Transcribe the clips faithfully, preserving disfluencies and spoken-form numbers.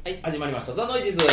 はい、始まりましたザ・ノイジーズ。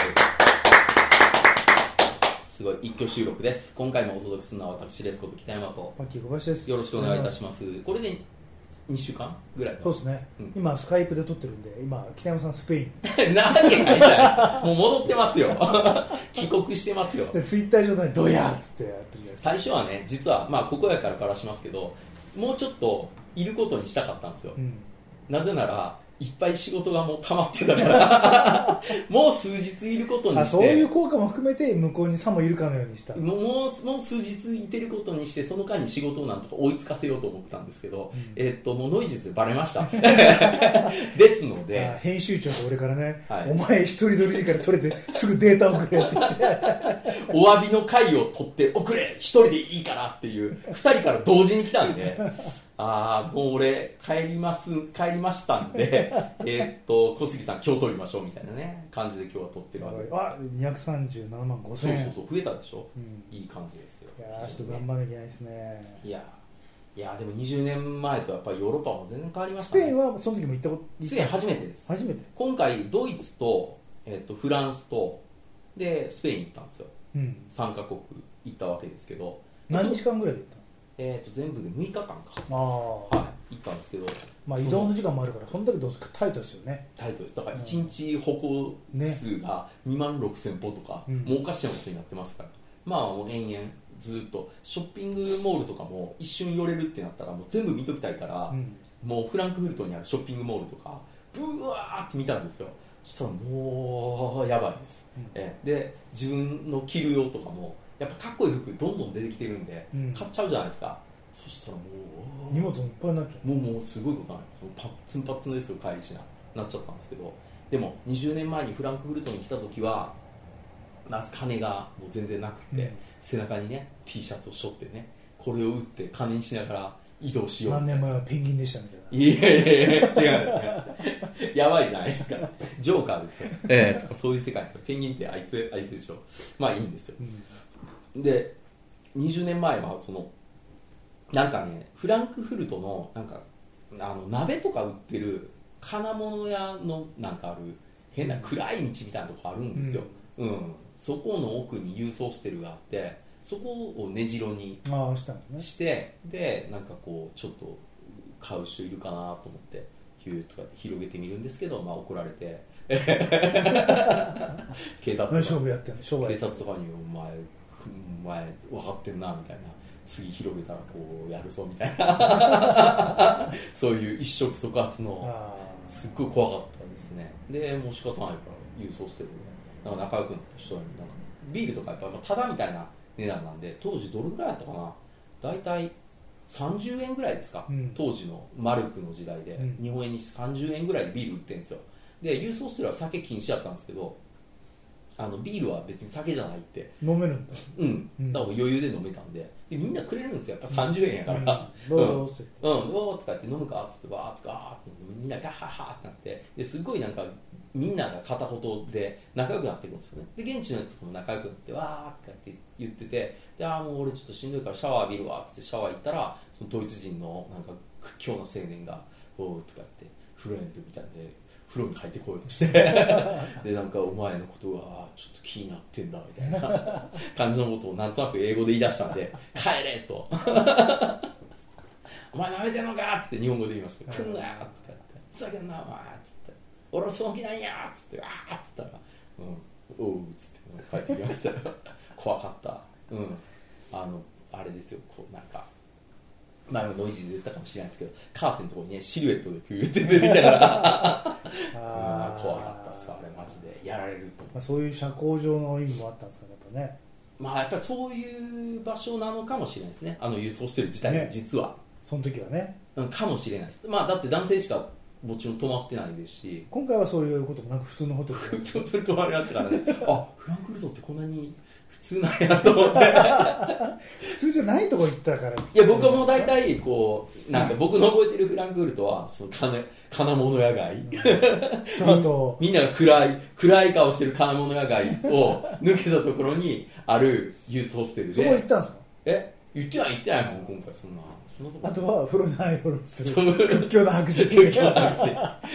すごい一挙収録です。今回もお届けするのは私ですこと北山とパッキー小林です。 よろしくお願いいたします。これでにしゅうかんぐらい。 そうですね、うん、今スカイプで撮ってるんで、今北山さんスペイン何件かいじゃないもう戻ってますよ帰国してますよ。 でツイッター上でドヤーっつってやってるじゃないですか。 最初はね、実はまあここやからからしますけど、もうちょっといることにしたかったんですよ、うん、なぜならいっぱい仕事がもう溜まってたからもう数日いることにして、あ、 そういう効果も含めて向こうにさもいるかのようにした。 もう、もう数日いてることにして、その間に仕事をなんとか追いつかせようと思ったんですけど、うん、えー、っともうノイジーズでバレましたですので、 編集長と俺からね、はい、お前一人撮りでいいから撮れてすぐデータ送れって言ってお詫びの回を取って送れ一人でいいからっていうふたりから同時に来たんでああもう俺帰ります帰りましたんでえーっと小杉さん今日撮りましょうみたいなね感じで今日は撮ってるわけです。 あにひゃくさんじゅうななまんごせんえん。 そうそうそう増えたでしょ、うん、いい感じですよ。 いやーちょっと頑張らなきゃいけないですね。 いやいやでもにじゅうねんまえとやっぱりヨーロッパも全然変わりましたね。 スペインはその時も行ったことスペイン初めてです。 初めて。 今回ドイツと、えーっとフランスとでスペイン行ったんですよ、うん、さんカ国行ったわけですけど。 何日間ぐらいで行ったの？ えー、と全部でむいかかんか、 あ、 はい、行ったんですけど、 まあ、移動の時間もあるからその時どうタイトですよね。 タイトです。だからいちにち歩行数がにまんろくせんぽとか、ね、もうおかしなことになってますから、まあもう延々ずっとショッピングモールとかも一瞬寄れるってなったらもう全部見ときたいから、うん、もうフランクフルトにあるショッピングモールとかブワーって見たんですよ。そしたらもうやばいです、うん、えで自分の着る用とかもやっぱかっこいい服どんどん出てきてるんで、うん、買っちゃうじゃないですか。そしたらもう荷物もいっぱいになっちゃう。 もうもうすごいことないパッツンパッツンですよ帰りしななっちゃったんですけど、でもにじゅうねんまえにフランクフルトに来た時はまず金がもう全然なくて、うん、背中にね T シャツを背負ってねこれを打って金にしながら移動しよう。 何年前はペンギンでしたみたいな。 いやいやいや違うんですねやばいじゃないですかジョーカーですよ、えー、とかそういう世界。ペンギンってあいつあいつでしょ。まあいいんですよ、うん、でにじゅうねんまえはそのなんかねフランクフルトのなんかあの鍋とか売ってる金物屋のなんかある変な暗い道みたいなとこあるんですよ、うんうん、そこの奥に郵送ステルがあってそこを根城にしたんですね。 してでなんかこうちょっと買う人いるかなと思ってヒューとかって広げてみるんですけど、まあ怒られて警察とか勝負やってんの勝負やってんの警察とかにお前お前分かってんなみたいな次広げたらこうやるぞみたいなそういう一触即発のすっごい怖かったですね。でもう仕方ないから郵送してるなんか仲良くなった人になんかビールとかやっぱタダみたいな値段なんで当時どれぐらいだったかなだいたいさんじゅうえんぐらいですか、うん、当時のマルクの時代で、うん、日本円にしてさんじゅうえんぐらいでビール売ってるんですよ。で郵送してるは酒禁止だったんですけどあのビールは別に酒じゃないって飲めるんだ。 うん、うん、だから余裕で飲めたんで、でみんなくれるんですよやっぱさんじゅうえんやから、 うん、どうぞうん、うん、どうとかって飲むかっつってバーッとガーッてみんなガッハッハッってなってですごいなんかみんなが片言で仲良くなっていくんですよね。で現地のやつとも仲良くなってわーって言っててであーもう俺ちょっとしんどいからシャワー浴びるわっつってシャワー行ったらそのドイツ人のなんか屈強な青年がおーとかってフロエントみたいで風呂に入ってこようとしてでなんかお前のことがちょっと気になってんだみたいな感じのことをなんとなく英語で言い出したんで帰れとお前舐めてんのかっつって日本語で言いました来んなよとか言ってふざけんなお前っつって俺はその気なんやっつってあーっつったら、うん、おうっつって帰ってきました怖かった、うん、あのあれですよこうなんかまあノイジーで言ったかもしれないですけどカーテンのところにねシルエットでピューって出てきたからあ怖かったっすあれマジでやられると、 まあ、そういう社交上の意味もあったんですかねやっぱね。 まあやっぱりそういう場所なのかもしれないですねあの輸送してる自体が実は、ね、 その時はね、 うん、かもしれないです。まあだって男性しかもちろん泊まってないですし今回はそういうこともなく普通のホテル普通のホテル泊まりましたからねあフランクフルトってこんなに普通なんやと思って普通じゃないとこ行ったから。いや僕はもう大体こうなんか僕の覚えてるフランクフルトはその金金物屋街、うん、あとみんなが暗い暗い顔してる金物屋街を抜けたところにあるユースホステルでそこ行ったんですか。 え言ってない言ってないもん今回そんなあとは風呂に入ろうとする屈強な白人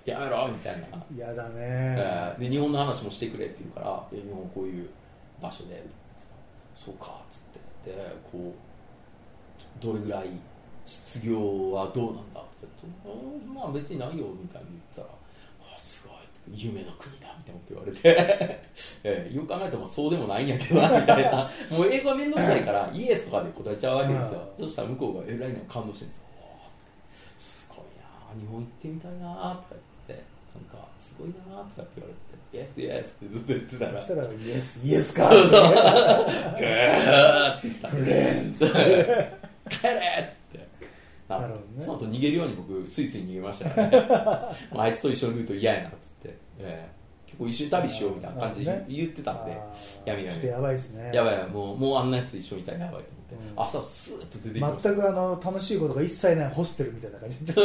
やめろみたいな。 嫌だね。 で日本の話もしてくれって言うから、日本こういう場所でそうかっつってでこうどれぐらい失業はどうなんだとか言って、まあ別にないよみたいに言ったら、あすごい夢の国だみたいなこと言われて、えー、よく考えたらそうでもないんやけどなみたいな。もう英語はめんどくさいからイエスとかで答えちゃうわけですよ。そしたら向こうがえらいの感動してるんですよ。すごいな、日本行ってみたいなとか言って、なんかすごいなとかって言われて、イエスイエスってずっと言ってたら、 そしたらイエスイエスかそうそうグーって言ったフレンズ帰れっつって、 なるほどね、 その後逃げるように僕スイスに逃げましたからね。あいつと一緒にいると嫌やなっつって、えー、結構一緒に旅しようみたいな感じで言ってたんで、やめやめちょっとやばいですね。 やばいやもう、もうあんなやつ一緒にいたらやばいと思って、うん、朝スーッと出てきました。 全くあの楽しいことが一切ないホステルみたいな感じで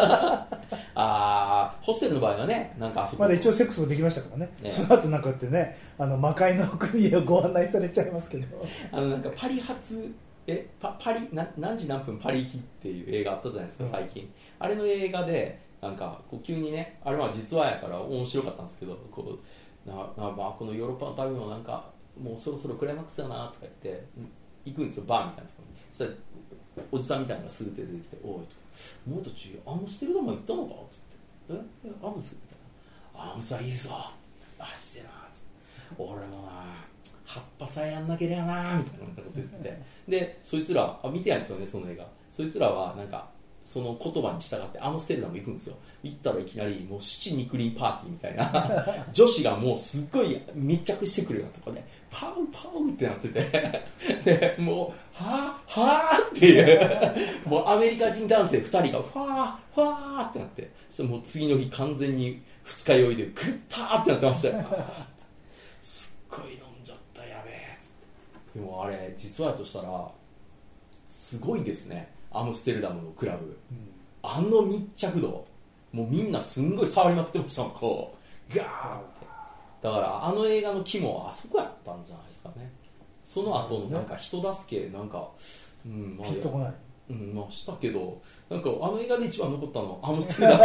あーホステルの場合はね、なんかあそこまだ一応セックスもできましたからね、ね、その後なんかってね、あの魔界の国へご案内されちゃいますけど、 あのなんかパリ発え パ, パリな何時何分パリ行きっていう映画あったじゃないですか最近、うん、あれの映画でなんかこう急にね、あれは実話やから面白かったんですけど、こうなな、まあ、このヨーロッパの旅もなんかもうそろそろクライマックスだなとか言って行くんですよ、バーみたいなところに。そしたらおじさんみたいなのがすぐ出てきて、おいとか、もう途中アムステルダム行ったのかって言って、えアムスみたいな、アムスはいいぞマジでなっつって、俺もな葉っぱさえやんなければなみたいなこと言っててでそいつらあ見てないんですよねその映画。そいつらはなんかその言葉に従ってアムステルダム行くんですよ。行ったらいきなりもう七肉林パーティーみたいな女子がもうすっごい密着してくるようなとこでパウパウってなっててでもうはぁはぁっていうもうアメリカ人男性ふたりがファーファーってなって、それもう次の日完全に二日酔いでグッターってなってましたよすっごい飲んじゃったやべえっつって。でもあれ実はとしたらすごいですね、アムステルダムのクラブ、うん、あの密着度、もうみんなすんごい触りまくってましたもん、こうガーって。だからあの映画の肝はあそこやったんじゃないですかね。その後のなんか人助けなんか、うんまあ、 ピンとこない、 うんまあ、したけど、なんかあの映画で一番残ったのはアムステルダム、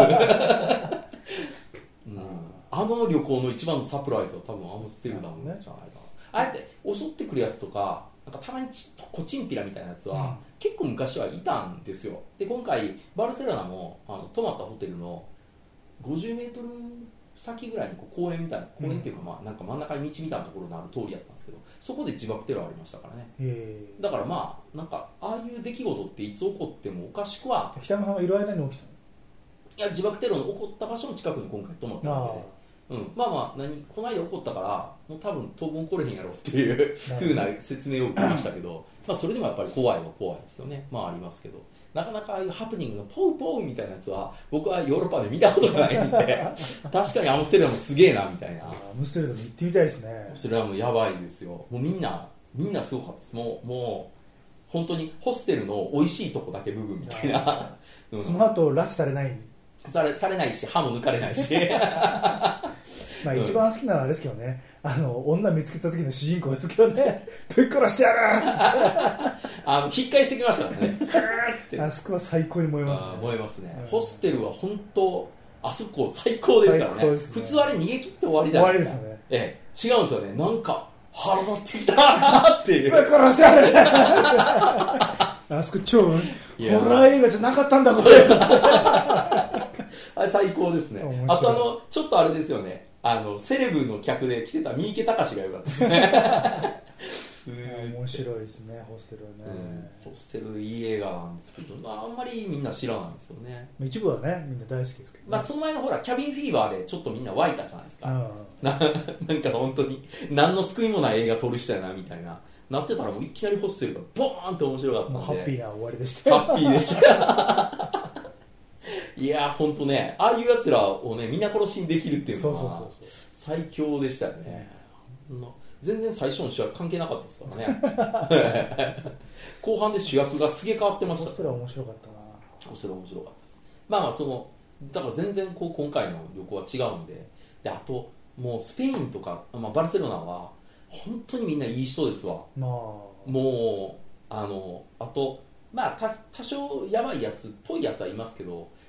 うん、あの旅行の一番のサプライズは多分アムステルダムじゃないかな。ああやって襲ってくるやつとかなんかたまにちコチンピラみたいなやつは、うん、結構昔はいたんですよ。で今回バルセロナもあの泊まったホテルのごじゅうメートル先ぐらいにこう公園みたいな公園っていうか、まあなんか真ん中に道みたいなところのある通りやったんですけど、そこで自爆テロありましたからね。だからまあなんかああいう出来事っていつ起こってもおかしくは。 北山さんがいる間に起きたの？ いや自爆テロの起こった場所の近くに今回泊まったわけで。うん、まあまあ何この間起こったからもう多分当分来れへんやろっていう風な説明を受けましたけどまあそれでもやっぱり怖いは怖いですよね。まあありますけど、なかなかああいうハプニングのポウポウみたいなやつは僕はヨーロッパで見たことがないんで確かにアムステルダムすげえなみたいな。アムステルダム行ってみたいですね。 アムステルダムやばいですよ。もうみんなみんなすごかったです。もうもう本当にホステルの美味しいとこだけ部分みたいなうん、その後拉致されないされ、されないし歯も抜かれないしまあ一番好きなのはあれですけどね、あの女見つけた時の主人公ですけどねぶっ殺してやるあの引っ返してきましたからねあそこは最高に燃えますね。 燃えますね、うん、ホステルは本当あそこ最高ですから ね, ね普通あれ逃げ切って終わりじゃないですか。 終わりですよね、 ええ、違うんですよね。なんか腹立ってきたっていうぶっ殺してやるあそこ超ホラー映画じゃなかったんだこれあれ最高ですね。あとあのちょっとあれですよね、あのセレブの客で来てた三池隆が良かったですね面白いですねホステルはね、 うん、ホステルいい映画なんですけどあんまりみんな知らないんですよね。 一部はねみんな大好きですけど、ね、 まあ、その前のほらキャビンフィーバーでちょっとみんな湧いたじゃないですか。な, なんか本当に何の救いもない映画撮る人やなみたいななってたらもういきなりホステルがボーンって面白かったんでハッピーな終わりでしたハッピーでしたいや本当ね、ああいうやつらをね皆殺しにできるっていうのは最強でしたよね。全然最初の主役関係なかったですからね後半で主役がすげえ変わってました。 ホステルは面白かったな。 ホステル面白かったです。まあまあそのだから全然こう今回の旅行は違うんで、であともうスペインとか、まあ、バルセロナは本当にみんないい人ですわ。 まあ、 もうあのあとまあ多少やばいやつっぽいやつはいますけど、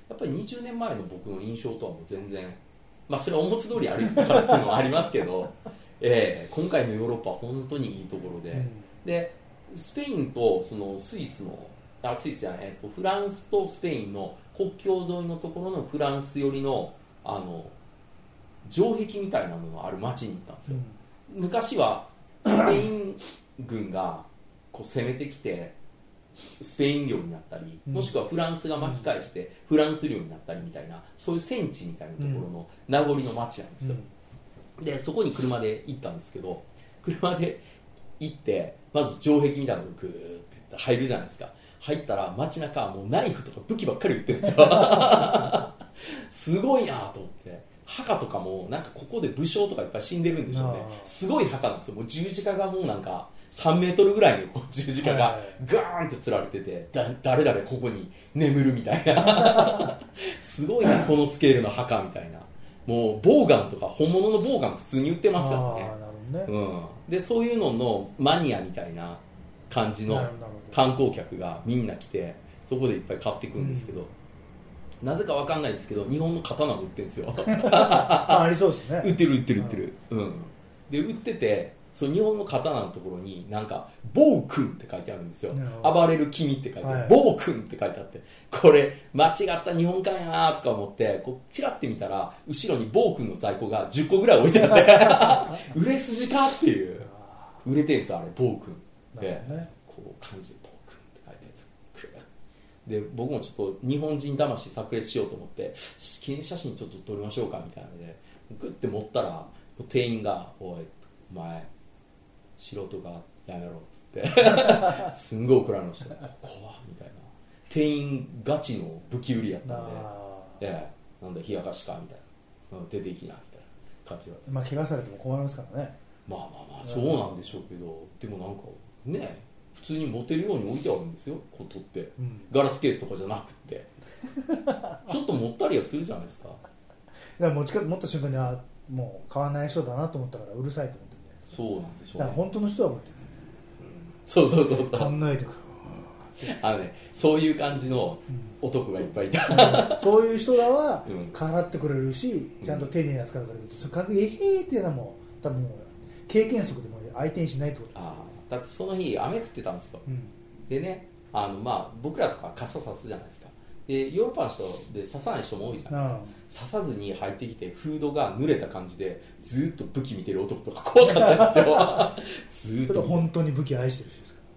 やっぱりにじゅうねんまえの僕の印象とはもう全然、まあそれは表通り歩いてたからっていうのはありますけど、えー、今回のヨーロッパは本当にいいところで、うん、でスペインとそのスイスのあスイスじゃない、えっと、フランスとスペインの国境沿いのところのフランス寄りのあの城壁みたいなのがある町に行ったんですよ、うん、昔はスペイン軍がこう攻めてきてスペイン領になったり、もしくはフランスが巻き返してフランス領になったりみたいな、そういう戦地みたいなところの名残の町なんですよ、うん、でそこに車で行ったんですけど、車で行ってまず城壁みたいなのをグーって入るじゃないですか。入ったら街中はもうナイフとか武器ばっかり売ってるんですよすごいなと思って、墓とかもなんかここで武将とかいっぱい死んでるんでしょうね。すごい墓なんですよ。もう十字架がもうなんかさんメートルぐらいのこう十字架がガーンって吊られてて、だ誰々ここに眠るみたいなすごいなこのスケールの墓みたいな。もうボウガンとか本物のボウガン普通に売ってますからね。 あー、なるほどね、 うん、でそういうののマニアみたいな感じの観光客がみんな来て、そこでいっぱい買っていくんですけど、うん、なぜかわかんないですけど日本の刀も売ってるんですよあ, ありそうですね。 売ってる売ってる売ってる、うんうん、で売ってて、その日本の刀のところになんか暴君って書いてあるんですよ、うん、暴れる君って書いてある、はい、暴君って書いてあって、これ間違った日本館やなとか思ってこうチラって見たら後ろに暴君の在庫がじゅっこぐらい置いてあって売れ筋かっていう、売れてるんですよあれ暴君で、ね、こう漢字で暴君って書いてあるんですよ。で僕もちょっと日本人魂炸裂しようと思って記念写真ちょっと撮りましょうかみたいなのでグッて持ったら店員がおいお前素人がやめろっつってすんごい怒られました怖っみたいな。店員ガチの武器売りやったんで、ええ、なんだ冷やかしかみたいな、出ていきなみたいな感じが、 まあ怪我されても困りますからね。 まあまあまあそうなんでしょうけど、でもなんかね普通に持てるように置いてあるんですよ、こう取って、うん、ガラスケースとかじゃなくてちょっと持ったりはするじゃないですか。だから持ちか持った瞬間にはもう買わない人だなと思ったからうるさいと思ってるんで。 そうなんでしょうね。 だから本当の人は持ってる、 うん、そうそうそうそう考えてくるあのね、そういう感じの男がいっぱいいた、 うん、そういう人らは払ってくれるし、うん、ちゃんと丁寧に扱うから言うと、それかえへーっていうのはもう多分もう経験則でも相手にしないってことですよね。 あだってその日雨降ってたんですよ、うん、でねあの、まあ、僕らとか傘さすじゃないですか。でヨーロッパの人で刺さない人も多いじゃないですか。刺さずに入ってきてフードが濡れた感じでずっと武器見てる男とか怖かったですよずっとそれは本当に武器愛してる人ですから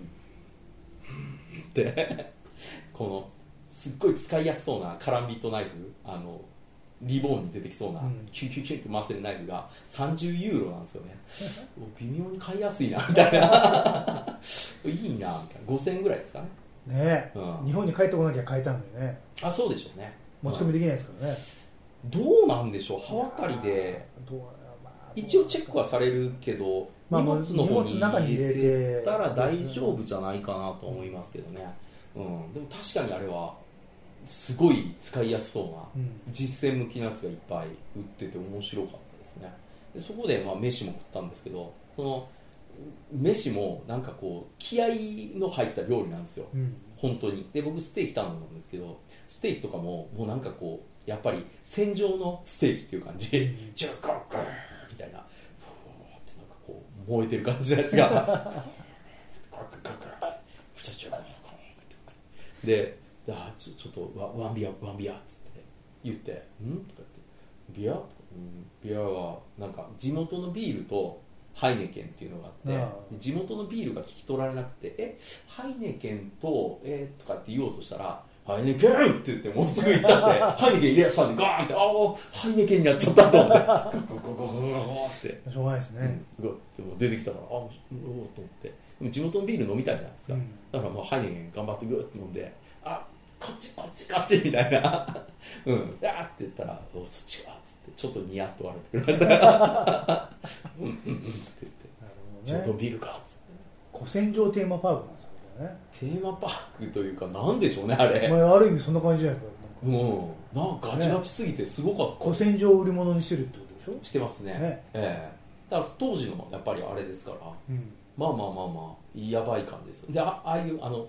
、うん、でこのすっごい使いやすそうなカランビットナイフ、あのリボーンに出てきそうな、うん、キュキュキュって回せるナイフがさんじゅうユーロなんですよね微妙に買いやすいなみたいないいなみたいなごせんえんぐらいですかね。 ねえ、うん、日本に帰ってこなきゃ買えたんだよね。 あそうでしょうね。 持ち込みできないですからね、 うん、どうなんでしょう。刃渡りでどう、まあ、一応チェックはされるけど、まあ、荷物の方に入れてたら大丈夫じゃないかなと思いますけどね、うん、でも確かにあれはすごい使いやすそうな、うん、実践向きのやつがいっぱい売ってて面白かったですね。でそこでまあ飯も食ったんですけど、その飯もなんかこう気合の入った料理なんですよ、うん、本当に。で僕ステーキ頼んだんですけど、ステーキとかももうなんかこうやっぱり戦場のステーキっていう感じ、うん、ジュッガッガーみたいな、ふーってなんかこう燃えてる感じのやつがガッガッガッガッふちゃふちゃであちょ、ちょっとワワンビアワンビアっつって言ってんとかってビア、うん、ビアはなんか地元のビールとハイネケンっていうのがあって、地元のビールが聞き取られなくて、えハイネケンとえー、とかって言おうとしたらハイネケンって言ってもうすぐ言っちゃってハイネケン入れやしたんでガーンって、ああハイネケンになっちゃったと思ってガゴゴゴゴゴゴってしょうがないですね、 うん、って出てきたからあおおと思って、でも地元のビール飲みたいじゃないですか、うん、だからもうハイネケン頑張ってグーって飲んで、あこっちこっちこっちみたいなうんあーって言ったらおそっちかっつってちょっとニヤッと笑ってくれましたうんうんうんって言って地元ビールかっつって古戦場テーマパークなんですよね。 テーマパークというかなんでしょうねあれ、 まあ、ある意味そんな感じじゃないですか。 うんなんかガチガチすぎてすごかった、ね、 古戦場を売り物にしてるってことでしょ。 してますね、ねええ、だから当時のやっぱりあれですから、うん、まあまあまあまあやばい感じです。で あ, ああいうあの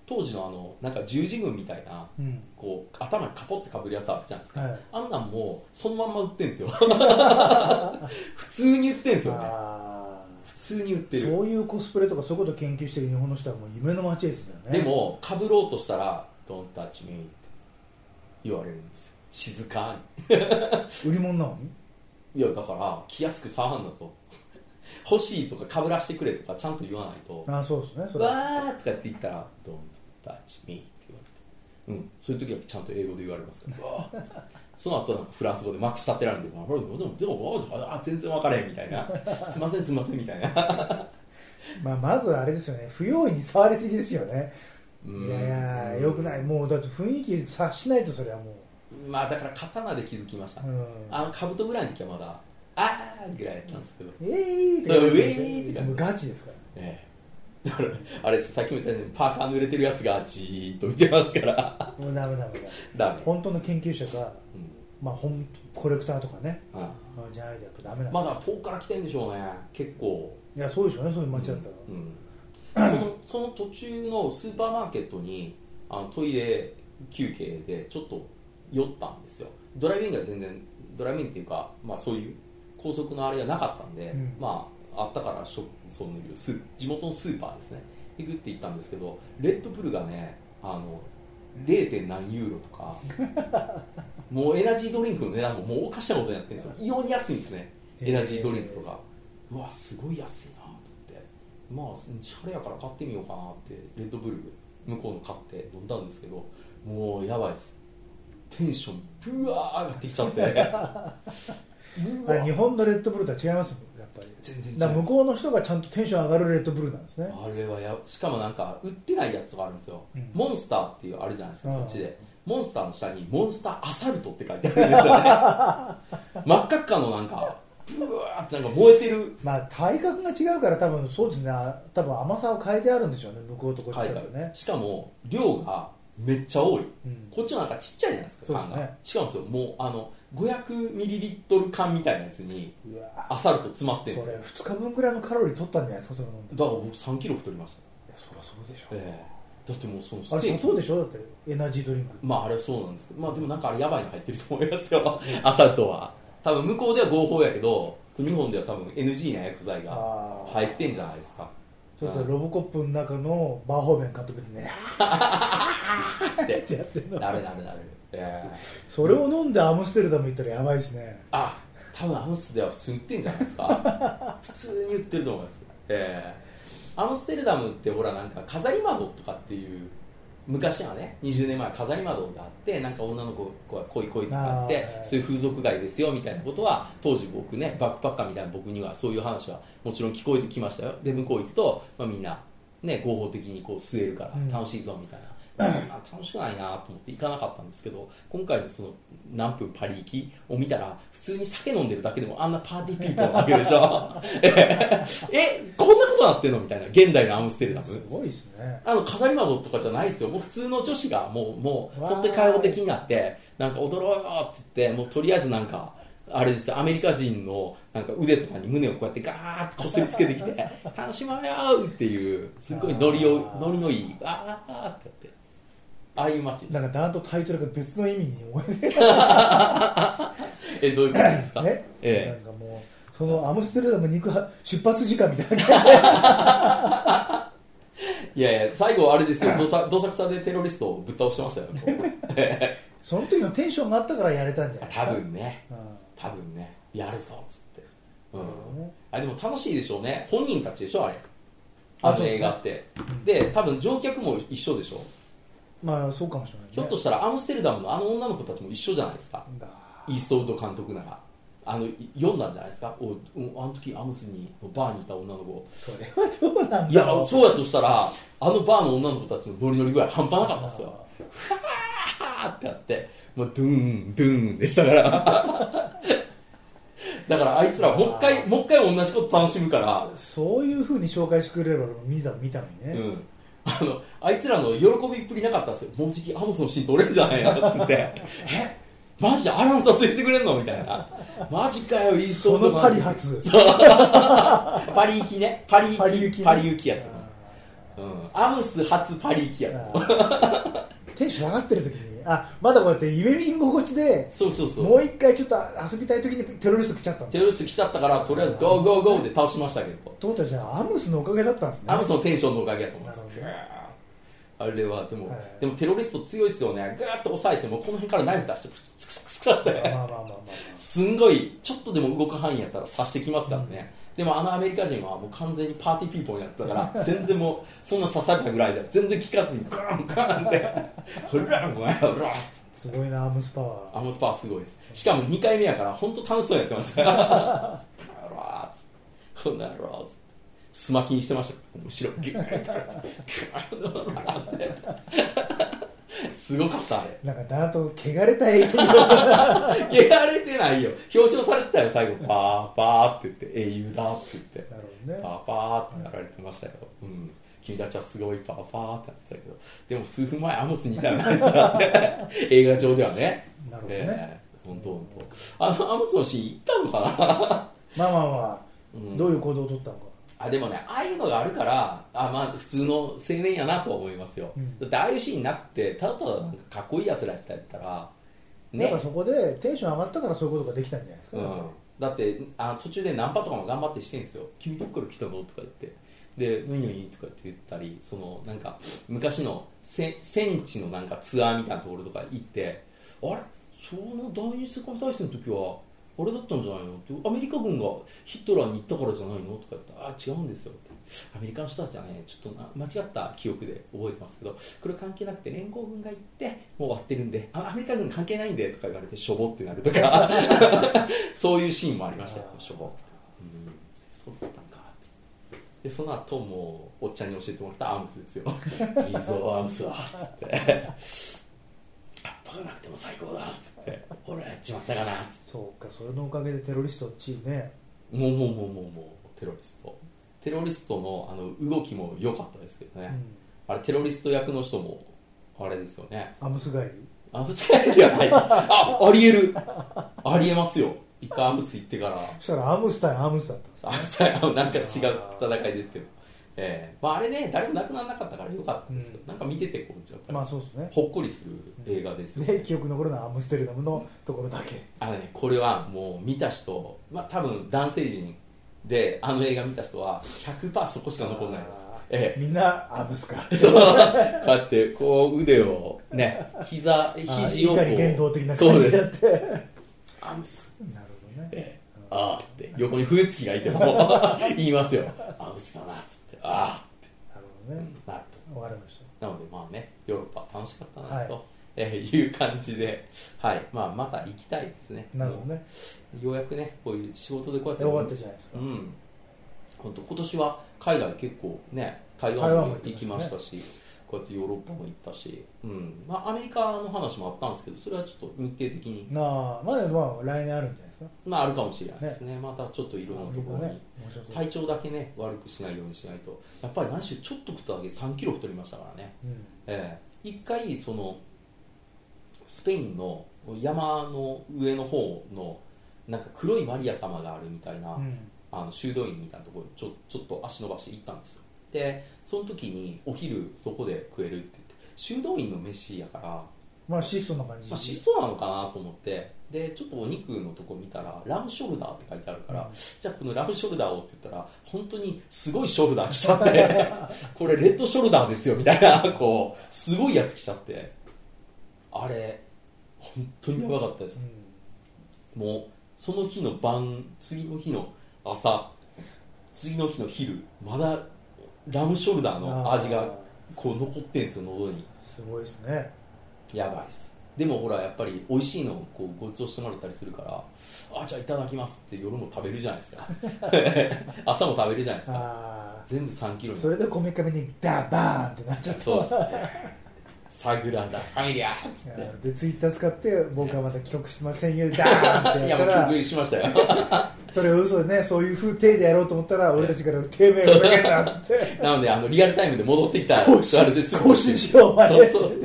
当時のあのなんか十字軍みたいな、うん、こう頭にカポってかぶるやつあるじゃないですか、はい、あんなんもそのまんま売ってるんですよ普通に売ってるんですよね。普通に売ってる。 そういうコスプレとかそういうことを研究してる日本の人はもう夢の街ですよね。 でもかぶろうとしたら Don't touch me って言われるんですよ、静かに売り物なのに。いやだから気安く触んのと欲しいとかかぶらしてくれとかちゃんと言わないと、 あそうですね、それわーとかって言ったら Don't touch me って言われて、うん、そういう時はちゃんと英語で言われますからその後なんかフランス語でまくし立てられて、でもでもあ全然分かれへんみたいなすいませんすいませんみたいなまあまずはあれですよね、不用意に触りすぎですよね。いやいやよくない、もうだって雰囲気察しないと。それはもうまあだから刀で気づきました、うん、あの兜ぐらいの時はまだあーぐらいやったんですけど、 うん、えーってそうえーってもうガチですから、 ええ、だからあれさっきも言ったようにパーカー濡れてるやつがじーっと見てますからもうダメダメダメ。 本当の研究者が、うんまあ、本コレクターとかね、うんまあ、じゃないとやっぱダメなんまだ遠くから来てんでしょうね結構。 いやそうでしょうね、そういう街だったら、 うんうんその、その途中のスーパーマーケットにあのトイレ休憩でちょっと寄ったんですよ。ドライビングは全然ドライビングっていうか、まあ、そういう高速のあれがなかったんで、うん、まああったからそのス地元のスーパーですね行くって言ったんですけど、レッドブルがねあの れい. 何ユーロとかもうエナジードリンクの値段ももうおかしなことになってるんですよ。異様に安いんですねエナジードリンクとか。うわすごい安いなと思って、まあシャレやから買ってみようかなってレッドブル向こうの買って飲んだんですけど、もうやばいです。テンションブワー上がってきちゃって日本のレッドブルとは違いますもんやっぱり。 全然違う。 だから向こうの人がちゃんとテンション上がるレッドブルなんですね。 あれはやしかもなんか売ってないやつがあるんですよ、うん、モンスターっていうあるじゃないですかこっちで。モンスターの下にモンスターアサルトって書いてあるんですよね真っ赤っかのなんかブワーってなんか燃えてる。 まあ体格が違うから多分そうですね、多分甘さを変えてあるんでしょうね向こうとこっちだとね。 しかも量がめっちゃ多い、うん、こっちのなんかちっちゃいじゃないですか缶が、ね、違うんですよ。もうあのごひゃくミリリットル缶みたいなやつにアサルト詰まってるんですよ。 それふつかぶんぐらいのカロリー取ったんじゃないですかそれ飲んで。 だから僕さんキロ太りました。いやそりゃそうでしょ、 えー、だってもうそのステーキあれ砂糖でしょだってエナジードリンク。 まああれはそうなんですけど、まあでもなんかあれやばいの入ってると思いますよアサルトは多分向こうでは合法やけど日本では多分 エヌジー な薬剤が入ってんじゃないですか。 ちょっとロボコップの中のバーホーベン監督でねってやってんの。なるなるなる、えー、それを飲んでアムステルダム行ったらやばいですね。 あ多分アムスでは普通に売ってんじゃないですか普通に売ってると思います、えー、アムステルダムってほらなんか飾り窓とかっていう昔はねにじゅうねんまえ飾り窓があってなんか女の子が恋恋とかあってそういう風俗街ですよみたいなことは当時僕ねバックパッカーみたいな僕にはそういう話はもちろん聞こえてきましたよ。で向こう行くと、まあ、みんな、ね、合法的にこう吸えるから楽しいぞみたいな、うん、そんな楽しくないなと思って行かなかったんですけど、今回のその何分パリ行きを見たら普通に酒飲んでるだけでもあんなパーティーピーポーなわけでしょえこんなことなってんのみたいな現代のアムステルダムすごいですね。 あの飾り窓とかじゃないですよ。もう普通の女子がもうもう本当に開放的になってなんか踊ろうよって言ってもうとりあえずなんかあれですよアメリカ人のなんか腕とかに胸をこうやってガーッとこすりつけてきて楽しまよーっていうすごいノリをノリのいいあーってやってああいう街です。 なんかだんとタイトルが別の意味に思えてえどういうことですか、 ねええ、 なんかもうそのアムステルダムに行く出発時間みたいな感じいやいや最後あれですよどさどさくさでテロリストをぶっ倒してましたよその時のテンションがあったからやれたんじゃないですか。 多分ね、うん、多分ねやるぞっつって、うんね、あでも楽しいでしょうね。本人たちでしょあれあの映画って、ね、で多分乗客も一緒でしょ。 まあそうかもしれない、ね、 ひょっとしたらアムステルダムのあの女の子たちも一緒じゃないですか。イーストウッド監督ならあの読んだんじゃないですか。おあの時アムスにバーにいた女の子それはどうなんだろう。 いやそうやとしたらあのバーの女の子たちのノリノリぐらい半端なかったですよ。ふわーってやってもうドゥーンドゥーンでしたからだからあいつらもう一回もう一回同じこと楽しむからそういう風に紹介してくれれば見た見たのにね、 うん、あのあいつらの喜びっぷりなかったんですよ。もうじきアムスのシーン撮れるんじゃないなって言ってえマジであれも撮影してくれんのみたいなマジかよイーストウッドそのパリ発パリ行きねパリ行きパリ行きやったうん、アムス初パリ行きやテンション下がってる時にあまだこうやって夢見心地でそうそうそうもう一回ちょっと遊びたい時にテロリスト来ちゃったんだテロリスト来ちゃったからとりあえずゴーゴーゴーで倒しましたけどということはじゃあアムスのおかげだったんですねアムスのテンションのおかげだと思いますあれはでも、はい、でもテロリスト強いですよねぐーっと押さえてもこの辺からナイフ出してツクツクツクってまあまあまあまあ、まあ、すんごいちょっとでも動く範囲やったら刺してきますからね、うん、でもあのアメリカ人はもう完全にパーティーピーポーやったから全然もうそんな刺されたぐらいで全然効かずにガーンガーンってフランフランフランすごいなアムスパワーアムスパワーすごいですしかもにかいめやから本当楽しそうにやってましたこんな野郎スマキにしてました後ろギューすごかったあれなんかだんと汚れた映画汚れてないよ表彰されてたよ最後パーパーって言って英雄だって言ってなるほど、ね、 パーパーってやられてましたよ、うん、君たちはすごいパーパーってなってたけどでも数分前アムスに似たようなやつがあって映画上ではねなるほどね本当本当あのアムスのシーン行ったのかなまあまあまあ、うん、どういう行動を取ったのかあでもねああいうのがあるからあ、まあ、普通の青年やなと思いますよ、うん、だってああいうシーンなくてただただなんかかっこいいやつらやったやったら、 ね、なんかそこでテンション上がったからそういうことができたんじゃないですか、 うん、だってあの途中でナンパとかも頑張ってしてるんですよ君どっから来たのとか言ってで何々とかって言ったりそのなんか昔の戦地のなんかツアーみたいなところとか行ってあれその第二次世界大戦の時はあれだったんじゃないのってアメリカ軍がヒトラーに行ったからじゃないのとか言ったらあ違うんですよってアメリカの人たちはねちょっとな間違った記憶で覚えてますけどこれ関係なくて連合軍が行ってもう終わってるんであアメリカ軍関係ないんでとか言われてしょぼってなるとかそういうシーンもありましたよしょぼって、うん、そうだったんかってでその後もうおっちゃんに教えてもらったアームスですよいいぞアームスはつってバカなくても最高だっつって俺やっちまったかなっつってそうかそれのおかげでテロリストチームねもうもうもうもうもうテロリストテロリストの、あの動きも良かったですけどね、うん、あれテロリスト役の人もあれですよねアムス帰りアムス帰りではないあありえるありえますよ一回アムス行ってからそしたらアムス対アムスだったんですねアムス対なんか違う戦いですけどえーまあ、あれね誰も亡くならなかったからよかったですよ、うん、なんか見ててこうちょっと、 まあそうですね、 ほっこりする映画ですよ、ね、 で記憶残るのはアムステルダムのところだけあの、ね、これはもう見た人、まあ、多分男性陣であの映画見た人は ひゃくパーセント そこしか残らないです、 ええ、みんなアムスかそうこうやってこう腕をね膝肘をこういかに言動的な感じだってアムスなるほどね、ええ、 あーって横に笛付きがいても言いますよアムスだなっつってあーってなるほどねなると分かりましたなのでまあねヨーロッパ楽しかったなと、はいえー、いう感じで、はいまあ、また行きたいですねなるほどねようやくねこういう仕事でこうやってよかったじゃないですか、 うん、本当今年は海外結構ね台湾も行きましたし、こうやってヨーロッパも行ったし、うんまあ、アメリカの話もあったんですけどそれはちょっと日程的にあまだまあ来年あるんじゃないですか、 まあ、あるかもしれないです ね, ねまたちょっといろんなところに、ね、体調だけね悪くしないようにしないとやっぱり何しろちょっと食っただけさんキロ太りましたからね、うんえー、一回そのスペインの山の上の方のなんか黒いマリア様があるみたいな、うん、あの修道院みたいなところにちょ、ちょっと足伸ばして行ったんですよでその時にお昼そこで食えるって言って修道院の飯やからまあ質素な感じ、 まあ、質素なのかなと思ってでちょっとお肉のとこ見たらラムショルダーって書いてあるから、うん、じゃあこのラムショルダーをって言ったら本当にすごいショルダー来ちゃってこれレッドショルダーですよみたいなこうすごいやつ来ちゃってあれ本当にやばかったです、うん、もうその日の晩次の日の朝次の日の昼まだラムショルダーの味がこう残ってんですよ喉にすごいですねやばいです。でもほらやっぱり美味しいのをこうごちそうしてもらったりするからあじゃあいただきますって夜も食べるじゃないですか朝も食べるじゃないですかあ全部さんキロにそれでこめかみにダバーンってなっちゃったそうですってサグラダ・ファミリアっつってでツイッター使って僕はまた帰国してませんよダーンってやったらいやもう帰国しましたよそれを嘘でねそういう風体でやろうと思ったら俺たちから低迷をかけるなってなのであのリアルタイムで戻ってきた更新更新しようお前そうそうそう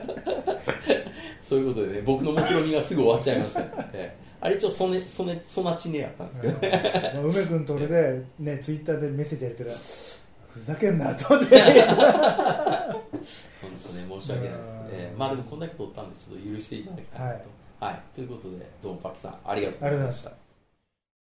そういうことでね僕の目論見みがすぐ終わっちゃいましたねあれ一応ソネソネソナチネやったんですけどね、 うん、梅君と俺でねツイッターでメッセージやれてるふざけんなと思って本当ね、申し訳ないですね。まあでもこんだけ撮ったんでちょっと許していただきたいなと、はい、はい、ということでどうもパキさんありがとうございました。